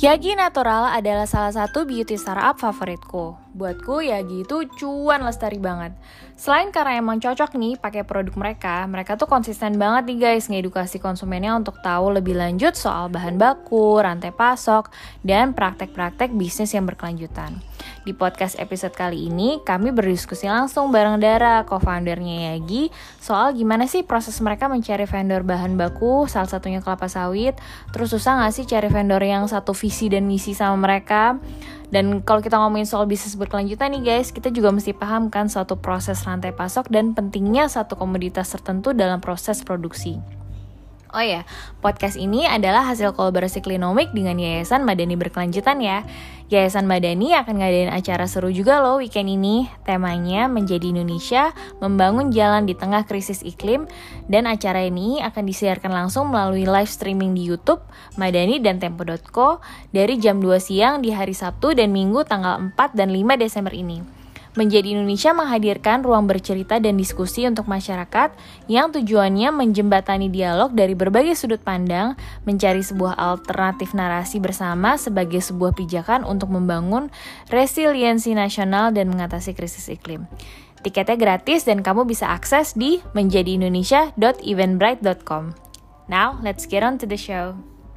Yagi Natural adalah salah satu beauty startup favoritku. Buatku Yagi itu cuan lestari banget. Selain karena emang cocok nih pakai produk mereka tuh konsisten banget nih guys ngedukasi konsumennya untuk tahu lebih lanjut soal bahan baku, rantai pasok, dan praktek-praktek bisnis yang berkelanjutan. Di podcast episode kali ini, kami berdiskusi langsung bareng Dara, co-foundernya Yagi, soal gimana sih proses mereka mencari vendor bahan baku, salah satunya kelapa sawit, terus susah gak sih cari vendor yang satu visi dan misi sama mereka. Dan kalau kita ngomongin soal bisnis berkelanjutan nih guys, kita juga mesti paham kan suatu proses rantai pasok dan pentingnya satu komoditas tertentu dalam proses produksi. Oh ya, podcast ini adalah hasil kolaborasi Klinomik dengan Yayasan Madani Berkelanjutan ya. Yayasan Madani akan ngadain acara seru juga loh weekend ini. Temanya Menjadi Indonesia, Membangun Jalan di Tengah Krisis Iklim. Dan acara ini akan disiarkan langsung melalui live streaming di YouTube, Madani dan Tempo.co dari jam 2 siang di hari Sabtu dan Minggu tanggal 4 dan 5 Desember ini. Menjadi Indonesia menghadirkan ruang bercerita dan diskusi untuk masyarakat yang tujuannya menjembatani dialog dari berbagai sudut pandang, mencari sebuah alternatif narasi bersama sebagai sebuah pijakan untuk membangun resiliensi nasional dan mengatasi krisis iklim. Tiketnya gratis dan kamu bisa akses di menjadiindonesia.eventbrite.com. Now, let's get on to the show.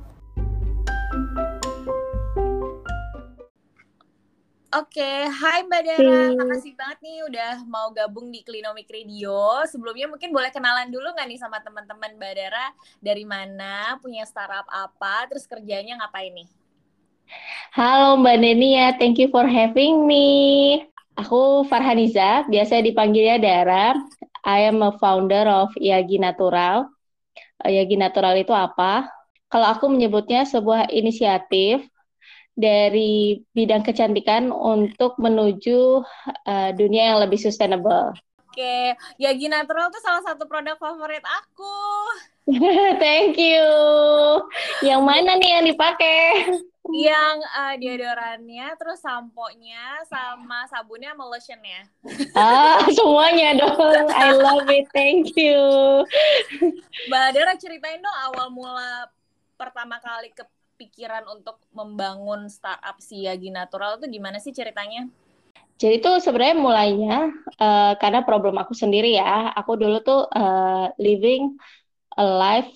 Oke, hai Mbak Dara, makasih banget nih udah mau gabung di Klinomik Radio. Sebelumnya mungkin boleh kenalan dulu nggak nih sama teman-teman Mbak Dara, dari mana, punya startup apa, terus kerjanya ngapain nih? Halo Mbak Denia, thank you for having me. Aku Farhaniza, biasa dipanggilnya Dara. I am a founder of Yagi Natural. Yagi Natural itu apa? Kalau aku menyebutnya sebuah inisiatif dari bidang kecantikan untuk menuju dunia yang lebih sustainable. Oke, Yagi Natural tuh salah satu produk favorit aku. Thank you. Yang mana nih yang dipakai? Yang deodorannya, terus sampo-nya, sama sabunnya, sama lotion-nya. Semuanya dong. I love it. Thank you. Mbak Dara ceritain dong awal mula pertama kali kepikiran untuk membangun startup si Yagi Natural itu gimana sih ceritanya? Jadi itu sebenarnya mulainya karena problem aku sendiri ya. Aku dulu tuh living a life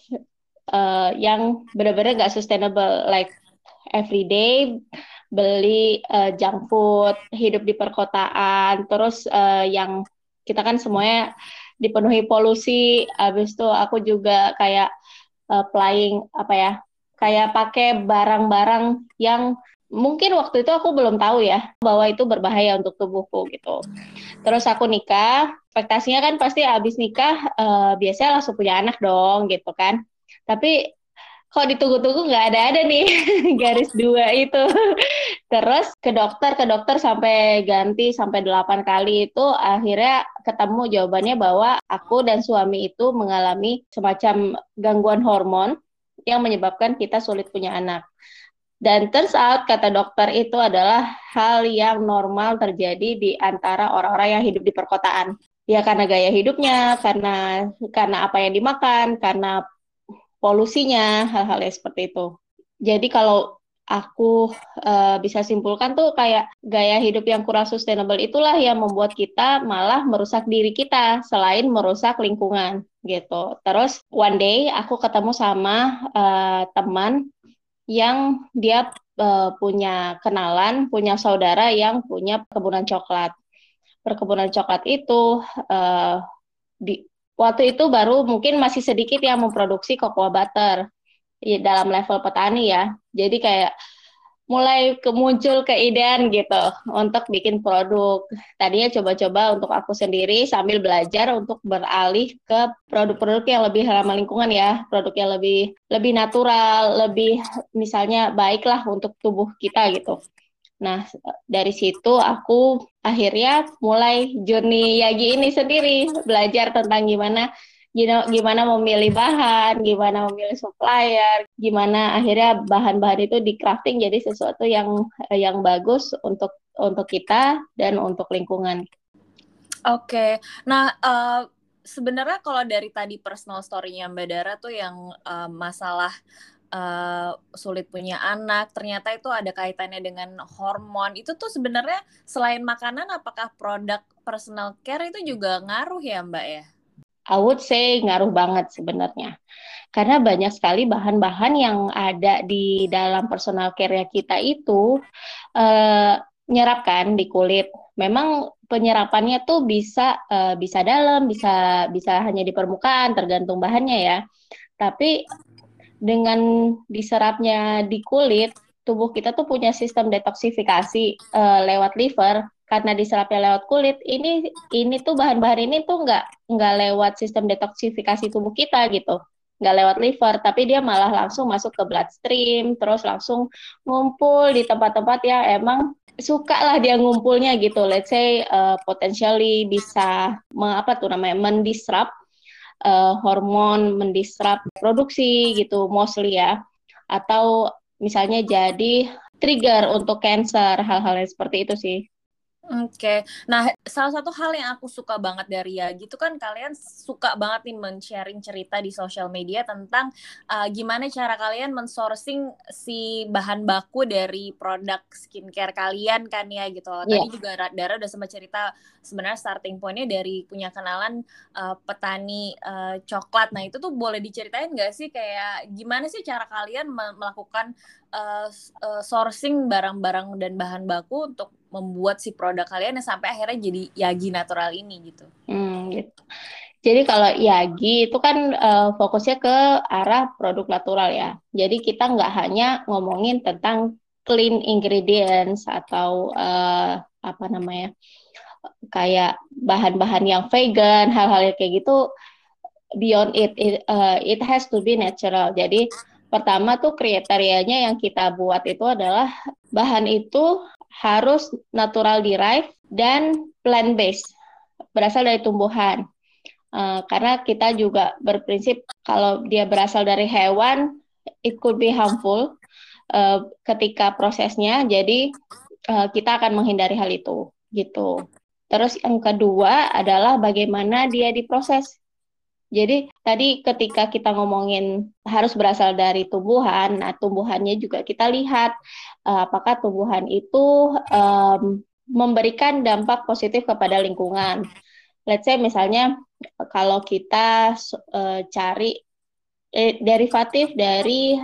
yang benar-benar nggak sustainable. Like every day beli junk food, hidup di perkotaan, terus yang kita kan semuanya dipenuhi polusi. Habis itu aku juga kayak applying apa ya, kayak pakai barang-barang yang mungkin waktu itu aku belum tahu ya bahwa itu berbahaya untuk tubuhku gitu. Terus aku nikah, ekspektasinya kan pasti abis nikah biasanya langsung punya anak dong gitu kan. Tapi kok ditunggu-tunggu nggak ada nih garis dua itu. Terus ke dokter sampai ganti sampai 8 kali itu akhirnya ketemu jawabannya bahwa aku dan suami itu mengalami semacam gangguan hormon yang menyebabkan kita sulit punya anak. Dan turns out, kata dokter, itu adalah hal yang normal terjadi di antara orang-orang yang hidup di perkotaan. Ya karena gaya hidupnya, karena apa yang dimakan, karena polusinya, hal-hal yang seperti itu. Jadi kalau aku bisa simpulkan tuh kayak gaya hidup yang kurang sustainable itulah yang membuat kita malah merusak diri kita selain merusak lingkungan gitu. Terus one day aku ketemu sama teman yang dia punya kenalan, punya saudara yang punya perkebunan coklat. Perkebunan coklat itu waktu itu baru mungkin masih sedikit yang memproduksi cocoa butter dalam level petani ya. Jadi kayak mulai muncul keidean gitu untuk bikin produk. Tadinya coba-coba untuk aku sendiri sambil belajar untuk beralih ke produk-produk yang lebih ramah lingkungan ya, produk yang lebih natural, lebih misalnya baiklah untuk tubuh kita gitu. Nah, dari situ aku akhirnya mulai journey Yagi ini sendiri, belajar tentang gimana memilih bahan, gimana memilih supplier, gimana akhirnya bahan-bahan itu di crafting jadi sesuatu yang bagus untuk kita dan untuk lingkungan. Oke, nah sebenarnya kalau dari tadi personal story-nya Mbak Dara tuh yang masalah sulit punya anak, ternyata itu ada kaitannya dengan hormon. Itu tuh sebenarnya selain makanan, apakah produk personal care itu juga ngaruh ya Mbak ya? I would say ngaruh banget sebenarnya. Karena banyak sekali bahan-bahan yang ada di dalam personal care kita itu eh, nyerap kan di kulit. Memang penyerapannya tuh bisa dalam, bisa hanya di permukaan, tergantung bahannya ya. Tapi dengan diserapnya di kulit, tubuh kita tuh punya sistem detoksifikasi lewat liver. Karena diserapnya lewat kulit, ini tuh bahan-bahan ini tuh nggak lewat sistem detoksifikasi tubuh kita gitu, nggak lewat liver, tapi dia malah langsung masuk ke bloodstream, terus langsung ngumpul di tempat-tempat yang emang suka lah dia ngumpulnya gitu. Let's say potentially bisa apa tuh namanya mendisrupt hormon, mendisrupt produksi gitu mostly ya, atau misalnya jadi trigger untuk cancer, hal-hal yang seperti itu sih. Oke, nah salah satu hal yang aku suka banget dari Yagi itu kan kalian suka banget nih men-sharing cerita di sosial media tentang gimana cara kalian men-sourcing si bahan baku dari produk skincare kalian kan ya gitu. Iya. Tadi juga Dara udah sempat cerita sebenarnya starting point-nya dari punya kenalan petani coklat. Nah itu tuh boleh diceritain nggak sih kayak gimana sih cara kalian melakukan sourcing barang-barang dan bahan baku untuk membuat si produk kalian yang sampai akhirnya jadi Yagi natural ini gitu. Gitu. Jadi kalau Yagi itu kan fokusnya ke arah produk natural ya. Jadi kita nggak hanya ngomongin tentang clean ingredients atau apa namanya kayak bahan-bahan yang vegan, hal-hal yang kayak gitu. Beyond it has to be natural. Jadi pertama tuh kriterianya yang kita buat itu adalah bahan itu harus natural derived dan plant based, berasal dari tumbuhan. Karena kita juga berprinsip kalau dia berasal dari hewan, it could be harmful ketika prosesnya. Jadi kita akan menghindari hal itu, gitu. Terus yang kedua adalah bagaimana dia diproses. Jadi tadi ketika kita ngomongin harus berasal dari tumbuhan, nah tumbuhannya juga kita lihat apakah tumbuhan itu memberikan dampak positif kepada lingkungan. Let's say misalnya kalau kita cari derivatif dari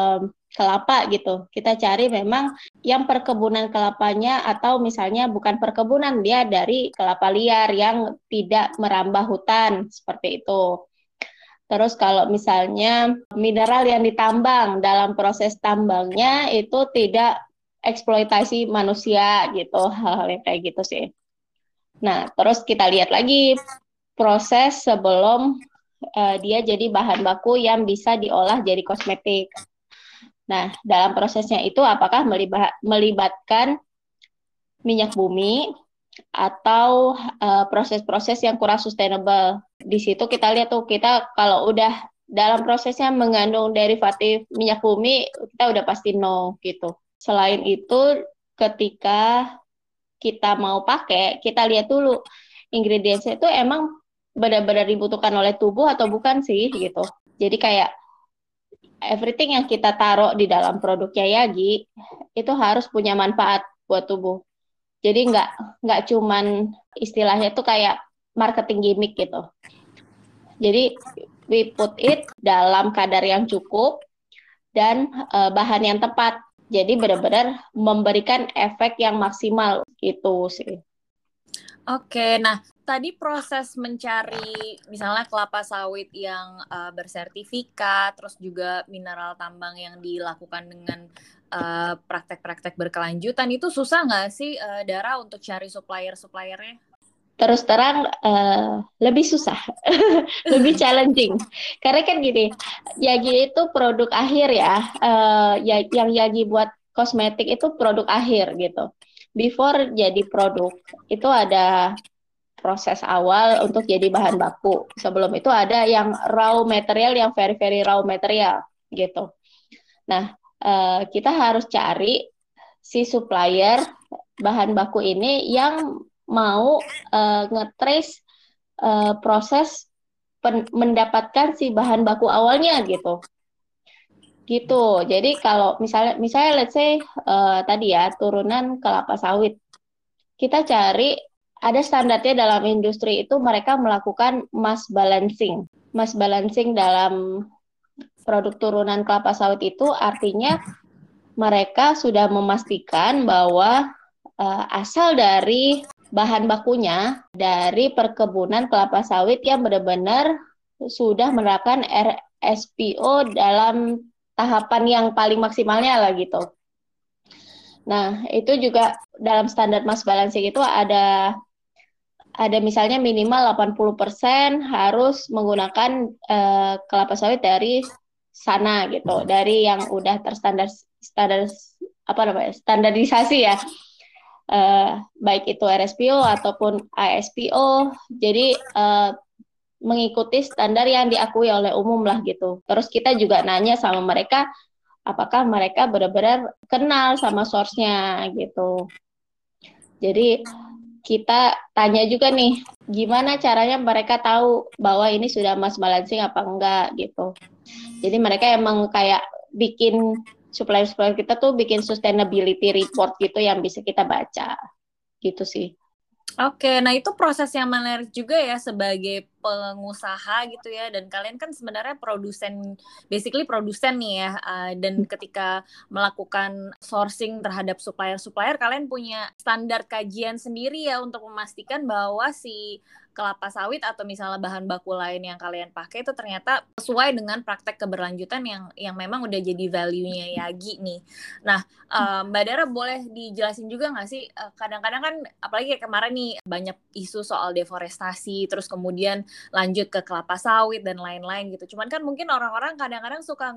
kelapa gitu, kita cari memang yang perkebunan kelapanya atau misalnya bukan perkebunan, dia dari kelapa liar yang tidak merambah hutan seperti itu. Terus kalau misalnya mineral yang ditambang dalam proses tambangnya itu tidak eksploitasi manusia gitu, hal-hal yang kayak gitu sih. Nah, terus kita lihat lagi proses sebelum dia jadi bahan baku yang bisa diolah jadi kosmetik. Nah, dalam prosesnya itu apakah melibatkan minyak bumi atau proses-proses yang kurang sustainable. Di situ kita lihat tuh, kita kalau udah dalam prosesnya mengandung derivatif minyak bumi, kita udah pasti no gitu. Selain itu, ketika kita mau pakai, kita lihat dulu ingredientsnya itu emang benar-benar dibutuhkan oleh tubuh atau bukan sih gitu. Jadi kayak everything yang kita taruh di dalam produknya Yagi itu harus punya manfaat buat tubuh. Jadi nggak cuman istilahnya tuh kayak marketing gimmick gitu. Jadi we put it dalam kadar yang cukup dan bahan yang tepat. Jadi benar-benar memberikan efek yang maksimal gitu sih. Oke, nah tadi proses mencari misalnya kelapa sawit yang bersertifikat, terus juga mineral tambang yang dilakukan dengan praktek-praktek berkelanjutan itu susah nggak sih Dara untuk cari supplier-suppliernya? Terus terang lebih susah, lebih challenging. Karena kan gini, Yagi itu produk akhir ya, yang Yagi buat kosmetik itu produk akhir gitu. Before jadi produk, itu ada proses awal untuk jadi bahan baku. Sebelum itu ada yang raw material, yang very very raw material gitu. Nah, kita harus cari si supplier bahan baku ini yang mau ngetrace proses mendapatkan si bahan baku awalnya gitu. gitu. Jadi kalau misalnya let's say tadi ya turunan kelapa sawit, kita cari ada standarnya dalam industri itu mereka melakukan mass balancing. Mass balancing dalam produk turunan kelapa sawit itu artinya mereka sudah memastikan bahwa asal dari bahan bakunya dari perkebunan kelapa sawit yang benar-benar sudah menerapkan RSPO dalam tahapan yang paling maksimalnya lah gitu. Nah, itu juga dalam standar mass balancing itu ada misalnya minimal 80% harus menggunakan kelapa sawit dari sana gitu, dari yang udah standar apa namanya? Standarisasi ya. Baik itu RSPO ataupun ASPO. Jadi mengikuti standar yang diakui oleh umum lah gitu. Terus kita juga nanya sama mereka apakah mereka benar-benar kenal sama source-nya gitu. Jadi kita tanya juga nih, gimana caranya mereka tahu bahwa ini sudah mass balancing apa enggak gitu. Jadi mereka emang kayak bikin supplier-supplier kita tuh bikin sustainability report gitu yang bisa kita baca gitu sih. Oke, nah itu proses yang menarik juga ya sebagai pengusaha gitu ya, dan kalian kan sebenarnya produsen, basically produsen nih ya, dan ketika melakukan sourcing terhadap supplier-supplier, kalian punya standar kajian sendiri ya untuk memastikan bahwa si kelapa sawit atau misalnya bahan baku lain yang kalian pakai itu ternyata sesuai dengan praktek keberlanjutan yang memang udah jadi value-nya Yagi nih. Nah, Mbak Dara boleh dijelasin juga nggak sih, kadang-kadang kan apalagi kayak kemarin nih banyak isu soal deforestasi, terus kemudian lanjut ke kelapa sawit dan lain-lain gitu. Cuman kan mungkin orang-orang kadang-kadang suka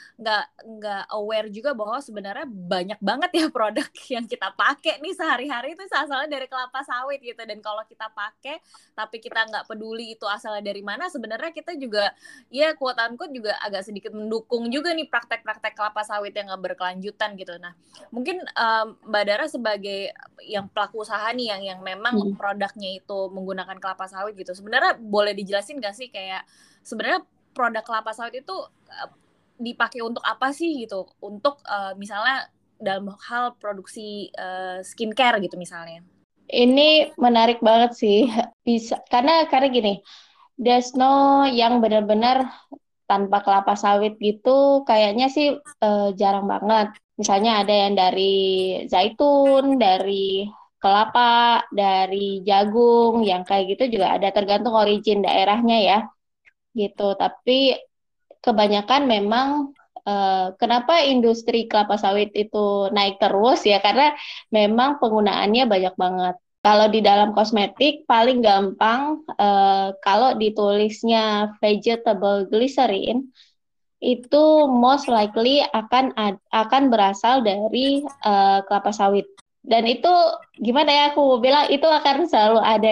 nggak aware juga bahwa sebenarnya banyak banget ya produk yang kita pakai nih sehari-hari itu asalnya dari kelapa sawit gitu. Dan kalau kita pakai tapi kita nggak peduli itu asalnya dari mana, sebenarnya kita juga ya quote unquote juga agak sedikit mendukung juga nih praktek-praktek kelapa sawit yang nggak berkelanjutan gitu. Nah, mungkin Mbak Dara sebagai yang pelaku usaha nih yang memang produknya itu menggunakan kelapa sawit gitu, sebenarnya boleh dijelasin nggak sih kayak sebenarnya produk kelapa sawit itu dipakai untuk apa sih gitu, untuk misalnya dalam hal produksi skincare gitu misalnya. Ini menarik banget sih, bisa karena gini, there's no yang benar-benar tanpa kelapa sawit gitu, kayaknya sih jarang banget. Misalnya ada yang dari zaitun, dari kelapa, dari jagung, yang kayak gitu juga ada tergantung origin daerahnya ya, gitu. Tapi kebanyakan memang kenapa industri kelapa sawit itu naik terus ya karena memang penggunaannya banyak banget. Kalau di dalam kosmetik paling gampang kalau ditulisnya vegetable glycerin itu most likely akan berasal dari kelapa sawit. Dan itu gimana ya aku bilang itu akan selalu ada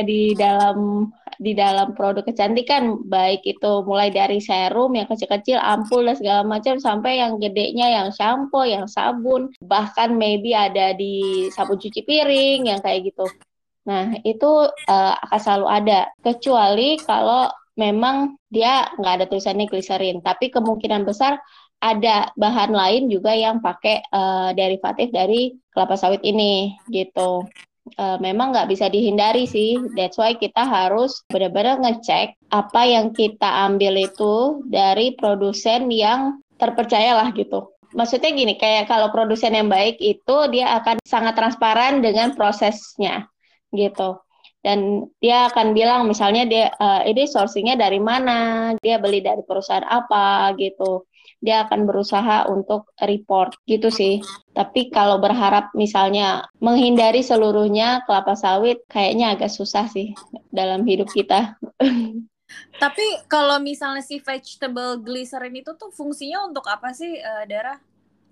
di dalam produk kecantikan, baik itu mulai dari serum yang kecil-kecil, ampul dan segala macam sampai yang gedenya yang shampoo, yang sabun, bahkan maybe ada di sabun cuci piring yang kayak gitu. Nah, itu akan selalu ada kecuali kalau memang dia nggak ada tulisannya glycerin, tapi kemungkinan besar ada bahan lain juga yang pakai derivatif dari kelapa sawit ini gitu. Memang nggak bisa dihindari sih, that's why kita harus benar-benar ngecek apa yang kita ambil itu dari produsen yang terpercaya lah gitu. Maksudnya gini, kayak kalau produsen yang baik itu dia akan sangat transparan dengan prosesnya gitu. Dan dia akan bilang misalnya ini sourcing-nya dari mana, dia beli dari perusahaan apa gitu. Dia akan berusaha untuk report gitu sih. Tapi kalau berharap misalnya menghindari seluruhnya kelapa sawit kayaknya agak susah sih dalam hidup kita. Tapi kalau misalnya si vegetable glycerin itu tuh fungsinya untuk apa sih, Dara?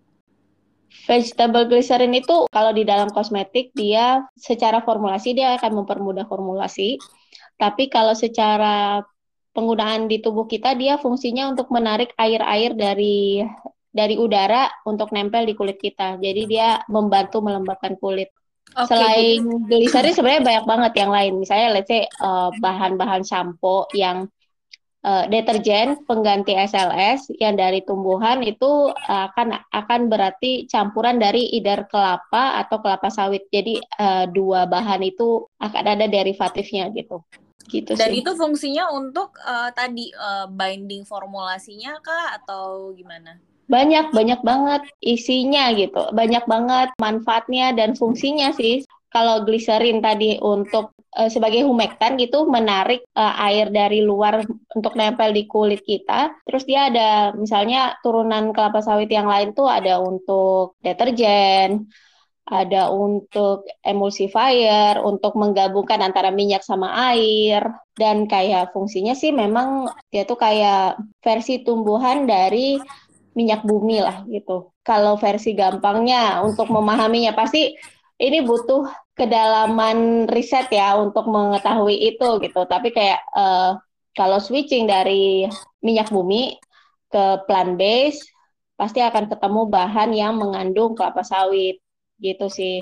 Vegetable glycerin itu kalau di dalam kosmetik dia secara formulasi dia akan mempermudah formulasi. Tapi kalau secara penggunaan di tubuh kita dia fungsinya untuk menarik air-air dari udara untuk nempel di kulit kita. Jadi dia membantu melembabkan kulit. Oke, Selain jadi gliserin sebenarnya banyak banget yang lain. Misalnya let's say bahan-bahan shampoo yang deterjen pengganti SLS yang dari tumbuhan itu akan berarti campuran dari either kelapa atau kelapa sawit. Jadi dua bahan itu akan ada derivatifnya gitu. Gitu Dan sih. itu fungsinya untuk tadi binding formulasinya kah atau gimana? Banyak banget isinya gitu. Banyak banget manfaatnya dan fungsinya sih. Kalau gliserin tadi untuk sebagai humektan gitu menarik air dari luar untuk nempel di kulit kita. Terus dia ada misalnya turunan kelapa sawit yang lain tuh ada untuk deterjen, ada untuk emulsifier, untuk menggabungkan antara minyak sama air. Dan kayak fungsinya sih memang dia tuh kayak versi tumbuhan dari minyak bumi lah gitu. Kalau versi gampangnya untuk memahaminya pasti ini butuh kedalaman riset ya untuk mengetahui itu gitu. Tapi kayak kalau switching dari minyak bumi ke plant based pasti akan ketemu bahan yang mengandung kelapa sawit gitu sih.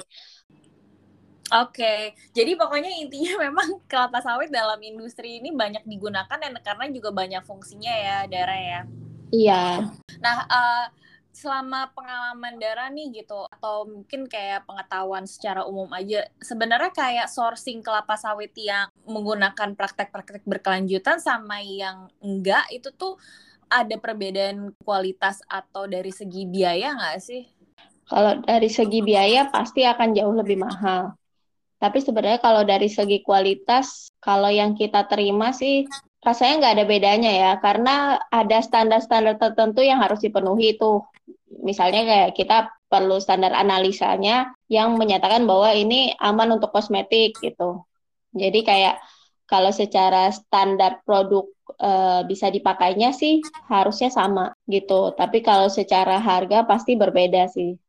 Oke, jadi pokoknya intinya memang kelapa sawit dalam industri ini banyak digunakan dan karena juga banyak fungsinya ya, Dara ya. Iya. Nah, selama pengalaman Dara nih gitu, atau mungkin kayak pengetahuan secara umum aja, sebenarnya kayak sourcing kelapa sawit yang menggunakan praktek-praktek berkelanjutan sama yang enggak, itu tuh ada perbedaan kualitas atau dari segi biaya nggak sih? Kalau dari segi biaya pasti akan jauh lebih mahal. Tapi sebenarnya kalau dari segi kualitas, kalau yang kita terima sih rasanya nggak ada bedanya ya, karena ada standar-standar tertentu yang harus dipenuhi itu. Misalnya kayak kita perlu standar analisanya yang menyatakan bahwa ini aman untuk kosmetik gitu. Jadi kayak kalau secara standar produk bisa dipakainya sih harusnya sama gitu. Tapi kalau secara harga pasti berbeda sih.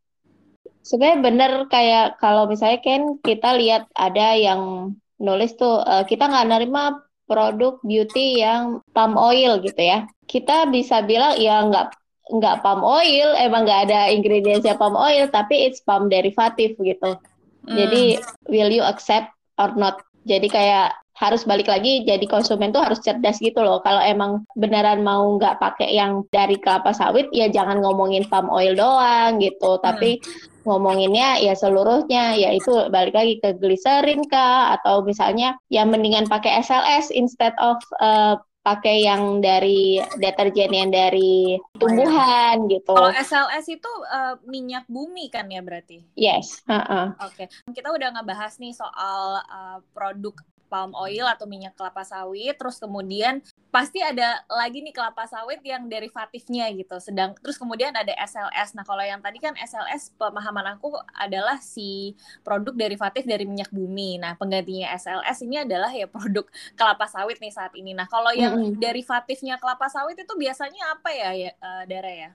Sebenarnya bener kayak kalau misalnya kan kita lihat ada yang nulis tuh kita nggak nerima produk beauty yang palm oil gitu ya. Kita bisa bilang ya nggak palm oil, emang nggak ada ingredientsnya palm oil, tapi it's palm derivative gitu. Jadi will you accept or not? Jadi kayak harus balik lagi jadi konsumen tuh harus cerdas gitu loh. Kalau emang beneran mau nggak pakai yang dari kelapa sawit ya jangan ngomongin palm oil doang gitu, tapi ngomonginnya ya seluruhnya, yaitu balik lagi ke gliserin kah atau misalnya ya mendingan pakai SLS instead of pakai yang dari deterjen yang dari tumbuhan gitu. Kalau SLS itu minyak bumi kan ya berarti? Yes. Oke. Kita udah ngebahas nih soal produk palm oil atau minyak kelapa sawit, terus kemudian pasti ada lagi nih kelapa sawit yang derivatifnya gitu. Terus kemudian ada SLS. Nah, kalau yang tadi kan SLS pemahaman aku adalah si produk derivatif dari minyak bumi. Nah, penggantinya SLS ini adalah ya produk kelapa sawit nih saat ini. Nah, kalau yang derivatifnya kelapa sawit itu biasanya apa ya Dara ya?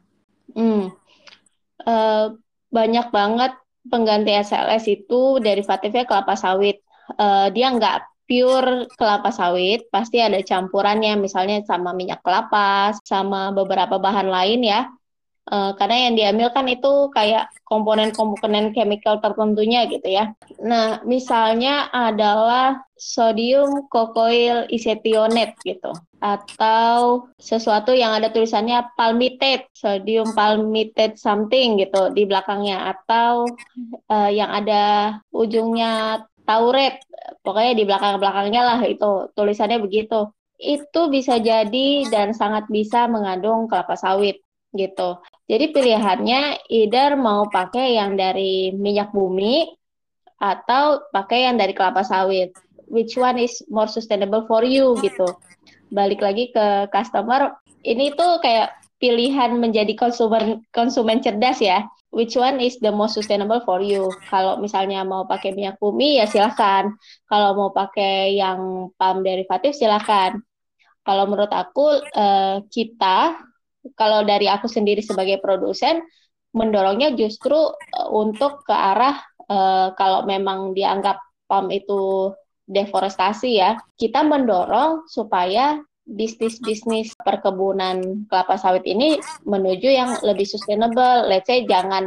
Banyak banget pengganti SLS itu derivatifnya kelapa sawit. Dia nggak pure kelapa sawit, pasti ada campurannya, misalnya sama minyak kelapa, sama beberapa bahan lain ya. Karena yang diambil kan itu kayak komponen-komponen chemical tertentunya gitu ya. Nah, misalnya adalah sodium kokoil isetionate gitu. Atau sesuatu yang ada tulisannya palmitate, sodium palmitate something gitu di belakangnya. Atau yang ada ujungnya tauret, pokoknya di belakang-belakangnya lah itu tulisannya begitu. Itu bisa jadi dan sangat bisa mengandung kelapa sawit gitu. Jadi pilihannya either mau pakai yang dari minyak bumi atau pakai yang dari kelapa sawit. Which one is more sustainable for you gitu. Balik lagi ke customer, ini tuh kayak pilihan menjadi konsumen cerdas ya. Which one is the most sustainable for you? Kalau misalnya mau pakai minyak bumi ya silakan. Kalau mau pakai yang palm derivatif silakan. Kalau menurut aku kita kalau dari aku sendiri sebagai produsen mendorongnya justru untuk ke arah kalau memang dianggap palm itu deforestasi ya, kita mendorong supaya bisnis-bisnis perkebunan kelapa sawit ini menuju yang lebih sustainable. Let's say jangan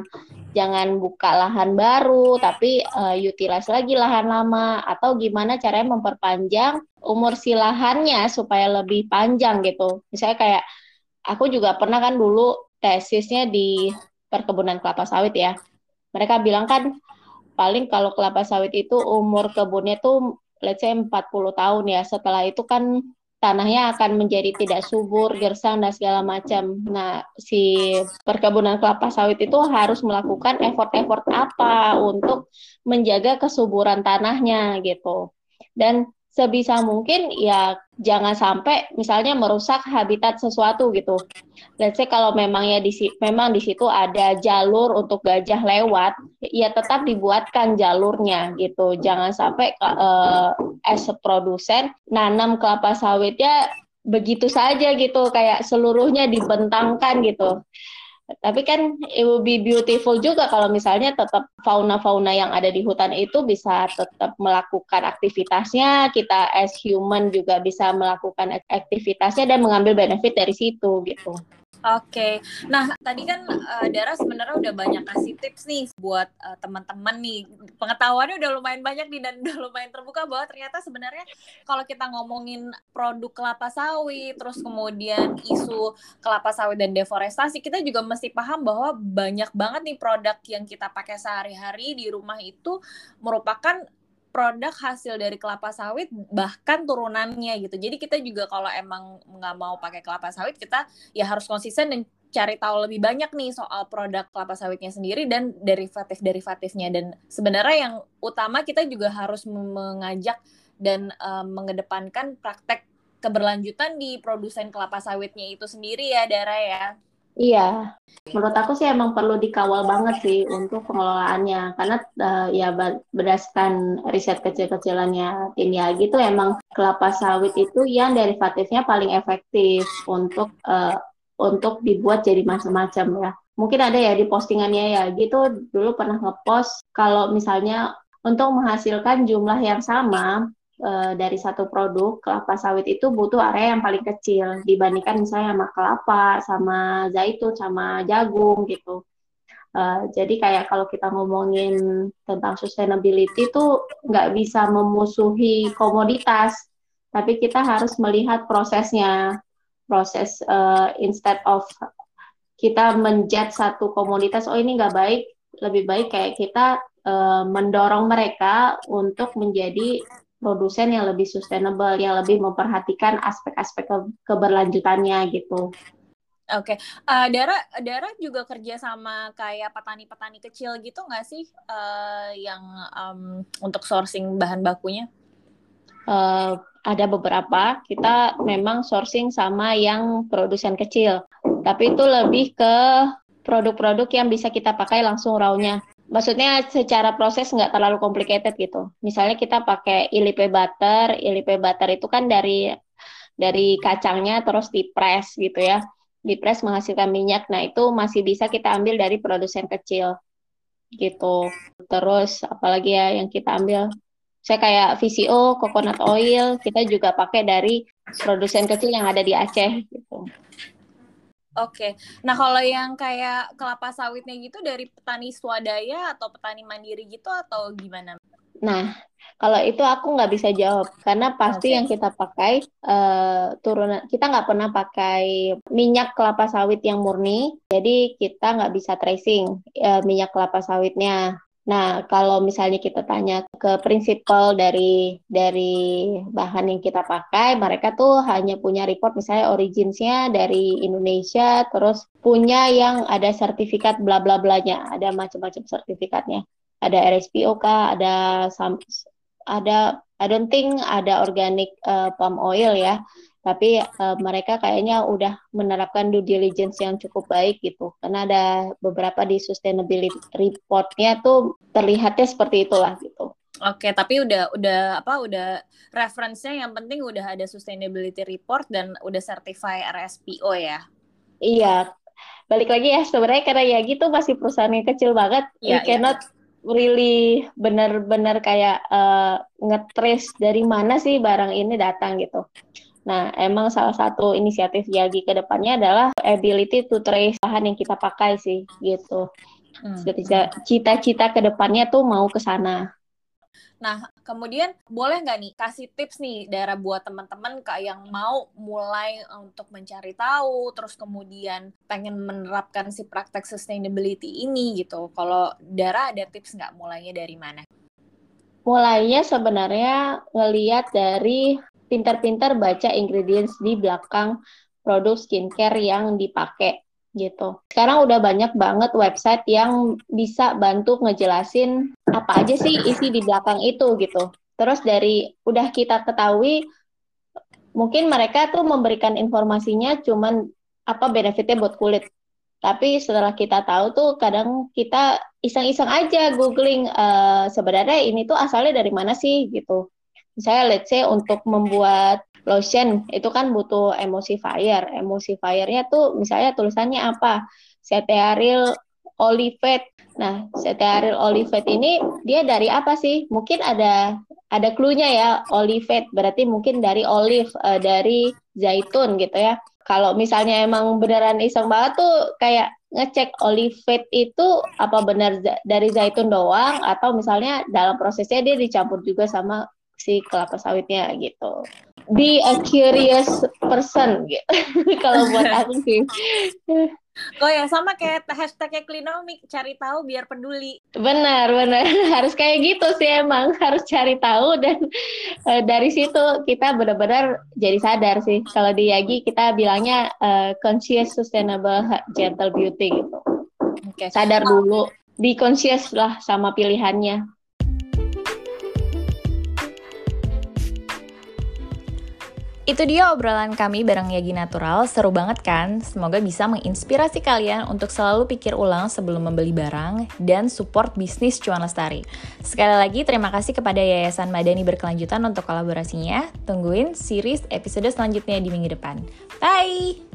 jangan buka lahan baru, tapi utilize lagi lahan lama, atau gimana caranya memperpanjang umur si lahannya supaya lebih panjang gitu. Misalnya kayak aku juga pernah kan dulu tesisnya di perkebunan kelapa sawit ya. Mereka bilang kan paling kalau kelapa sawit itu umur kebunnya tuh let's say 40 tahun ya. Setelah itu kan tanahnya akan menjadi tidak subur, gersang dan segala macam. Nah, si perkebunan kelapa sawit itu harus melakukan effort-effort apa untuk menjaga kesuburan tanahnya gitu. Dan sebisa mungkin ya jangan sampai misalnya merusak habitat sesuatu gitu. Let's say kalau memangnya memang di situ ada jalur untuk gajah lewat, ya tetap dibuatkan jalurnya gitu. Jangan sampai as a produsen nanam kelapa sawitnya begitu saja gitu, kayak seluruhnya dibentangkan gitu. Tapi kan it will be beautiful juga kalau misalnya tetap fauna-fauna yang ada di hutan itu bisa tetap melakukan aktivitasnya, kita as human juga bisa melakukan aktivitasnya dan mengambil benefit dari situ gitu. Oke, nah tadi kan Dara sebenarnya udah banyak kasih tips nih buat teman-teman nih. Pengetahuannya udah lumayan banyak nih dan udah lumayan terbuka bahwa ternyata sebenarnya kalau kita ngomongin produk kelapa sawit, terus kemudian isu kelapa sawit dan deforestasi, kita juga mesti paham bahwa banyak banget nih produk yang kita pakai sehari-hari di rumah itu merupakan produk hasil dari kelapa sawit bahkan turunannya gitu. Jadi kita juga kalau emang nggak mau pakai kelapa sawit, kita ya harus konsisten dan cari tahu lebih banyak nih soal produk kelapa sawitnya sendiri dan derivatif-derivatifnya. Dan sebenarnya yang utama kita juga harus mengajak dan mengedepankan praktek keberlanjutan di produsen kelapa sawitnya itu sendiri ya, Dara ya. Iya, menurut aku sih emang perlu dikawal banget sih untuk pengelolaannya. Karena ya berdasarkan riset kecil-kecilannya tim Yagi tuh emang kelapa sawit itu yang derivatifnya paling efektif untuk dibuat jadi macam-macam ya. Mungkin ada ya di postingannya ya gitu dulu pernah ngepost kalau misalnya untuk menghasilkan jumlah yang sama dari satu produk kelapa sawit itu butuh area yang paling kecil dibandingkan misalnya sama kelapa, sama zaitun, sama jagung gitu. Jadi kayak kalau kita ngomongin tentang sustainability itu nggak bisa memusuhi komoditas, tapi kita harus melihat prosesnya, proses instead of kita menjudge satu komoditas, oh ini nggak baik, lebih baik kayak kita mendorong mereka untuk menjadi produsen yang lebih sustainable, yang lebih memperhatikan aspek-aspek keberlanjutannya gitu. Oke, Dara juga kerja sama kayak petani-petani kecil gitu nggak sih yang untuk sourcing bahan bakunya? Ada beberapa, kita memang sourcing sama yang produsen kecil, tapi itu lebih ke produk-produk yang bisa kita pakai langsung raw-nya. Maksudnya secara proses nggak terlalu complicated gitu. Misalnya kita pakai ilipe butter itu kan dari kacangnya terus dipres gitu ya. Dipres menghasilkan minyak. Nah, itu masih bisa kita ambil dari produsen kecil gitu. Terus apalagi ya yang kita ambil? Saya kayak VCO, coconut oil, kita juga pakai dari produsen kecil yang ada di Aceh gitu. Oke, nah kalau yang kayak kelapa sawitnya gitu dari petani swadaya atau petani mandiri gitu atau gimana? Nah, kalau itu aku nggak bisa jawab karena pasti yang kita pakai turunan kita nggak pernah pakai minyak kelapa sawit yang murni, jadi kita nggak bisa tracing minyak kelapa sawitnya. Nah, kalau misalnya kita tanya ke prinsipal dari bahan yang kita pakai, mereka tuh hanya punya report misalnya originsnya dari Indonesia, terus punya yang ada sertifikat bla bla blanya, ada macam-macam sertifikatnya. Ada RSPO kah, ada I don't think ada organic palm oil ya. Tapi mereka kayaknya udah menerapkan due diligence yang cukup baik gitu. Karena ada beberapa di sustainability report-nya tuh terlihatnya seperti itulah gitu. Oke, tapi udah reference-nya yang penting udah ada sustainability report dan udah certify RSPO ya. Iya. Balik lagi ya sebenarnya karena ya gitu masih perusahaan yang kecil banget. We cannot really benar-benar kayak nge-trace dari mana sih barang ini datang gitu. Nah, emang salah satu inisiatif Yagi ke depannya adalah ability to trace bahan yang kita pakai sih, gitu. Cita-cita ke depannya tuh mau ke sana. Nah, kemudian boleh nggak nih kasih tips nih Dara buat teman-teman yang mau mulai untuk mencari tahu, terus kemudian pengen menerapkan si praktek sustainability ini gitu. Kalau Dara ada tips nggak mulainya dari mana? Mulainya sebenarnya ngeliat dari pintar-pintar baca ingredients di belakang produk skincare yang dipakai gitu. Sekarang udah banyak banget website yang bisa bantu ngejelasin apa aja sih isi di belakang itu gitu. Terus dari udah kita ketahui, mungkin mereka tuh memberikan informasinya cuman apa benefitnya buat kulit. Tapi setelah kita tahu tuh kadang kita iseng-iseng aja googling sebenarnya ini tuh asalnya dari mana sih gitu. Misalnya let's say untuk membuat lotion itu kan butuh emulsifier. Emulsifiernya tuh misalnya tulisannya apa? Cetearyl olivet. Nah, cetearyl olivet ini dia dari apa sih? Mungkin ada clue-nya ya, olivet berarti mungkin dari olive, dari zaitun gitu ya. Kalau misalnya emang beneran iseng banget tuh kayak ngecek olivet itu apa benar dari zaitun doang atau misalnya dalam prosesnya dia dicampur juga sama si kelapa sawitnya gitu. Be a curious person gitu. Kalau buat aku sih. Oh ya, sama kayak hashtagnya Klinomik, cari tahu biar peduli. Benar. Harus kayak gitu sih emang. Harus cari tahu dan dari situ kita benar-benar jadi sadar sih. Kalau di Yagi kita bilangnya conscious, sustainable, gentle beauty gitu. Okay. Sadar dulu, be conscious lah sama pilihannya. Itu dia obrolan kami bareng Yagi Natural, seru banget kan? Semoga bisa menginspirasi kalian untuk selalu pikir ulang sebelum membeli barang dan support bisnis cuan lestari. Sekali lagi terima kasih kepada Yayasan Madani Berkelanjutan untuk kolaborasinya. Tungguin series episode selanjutnya di minggu depan. Bye!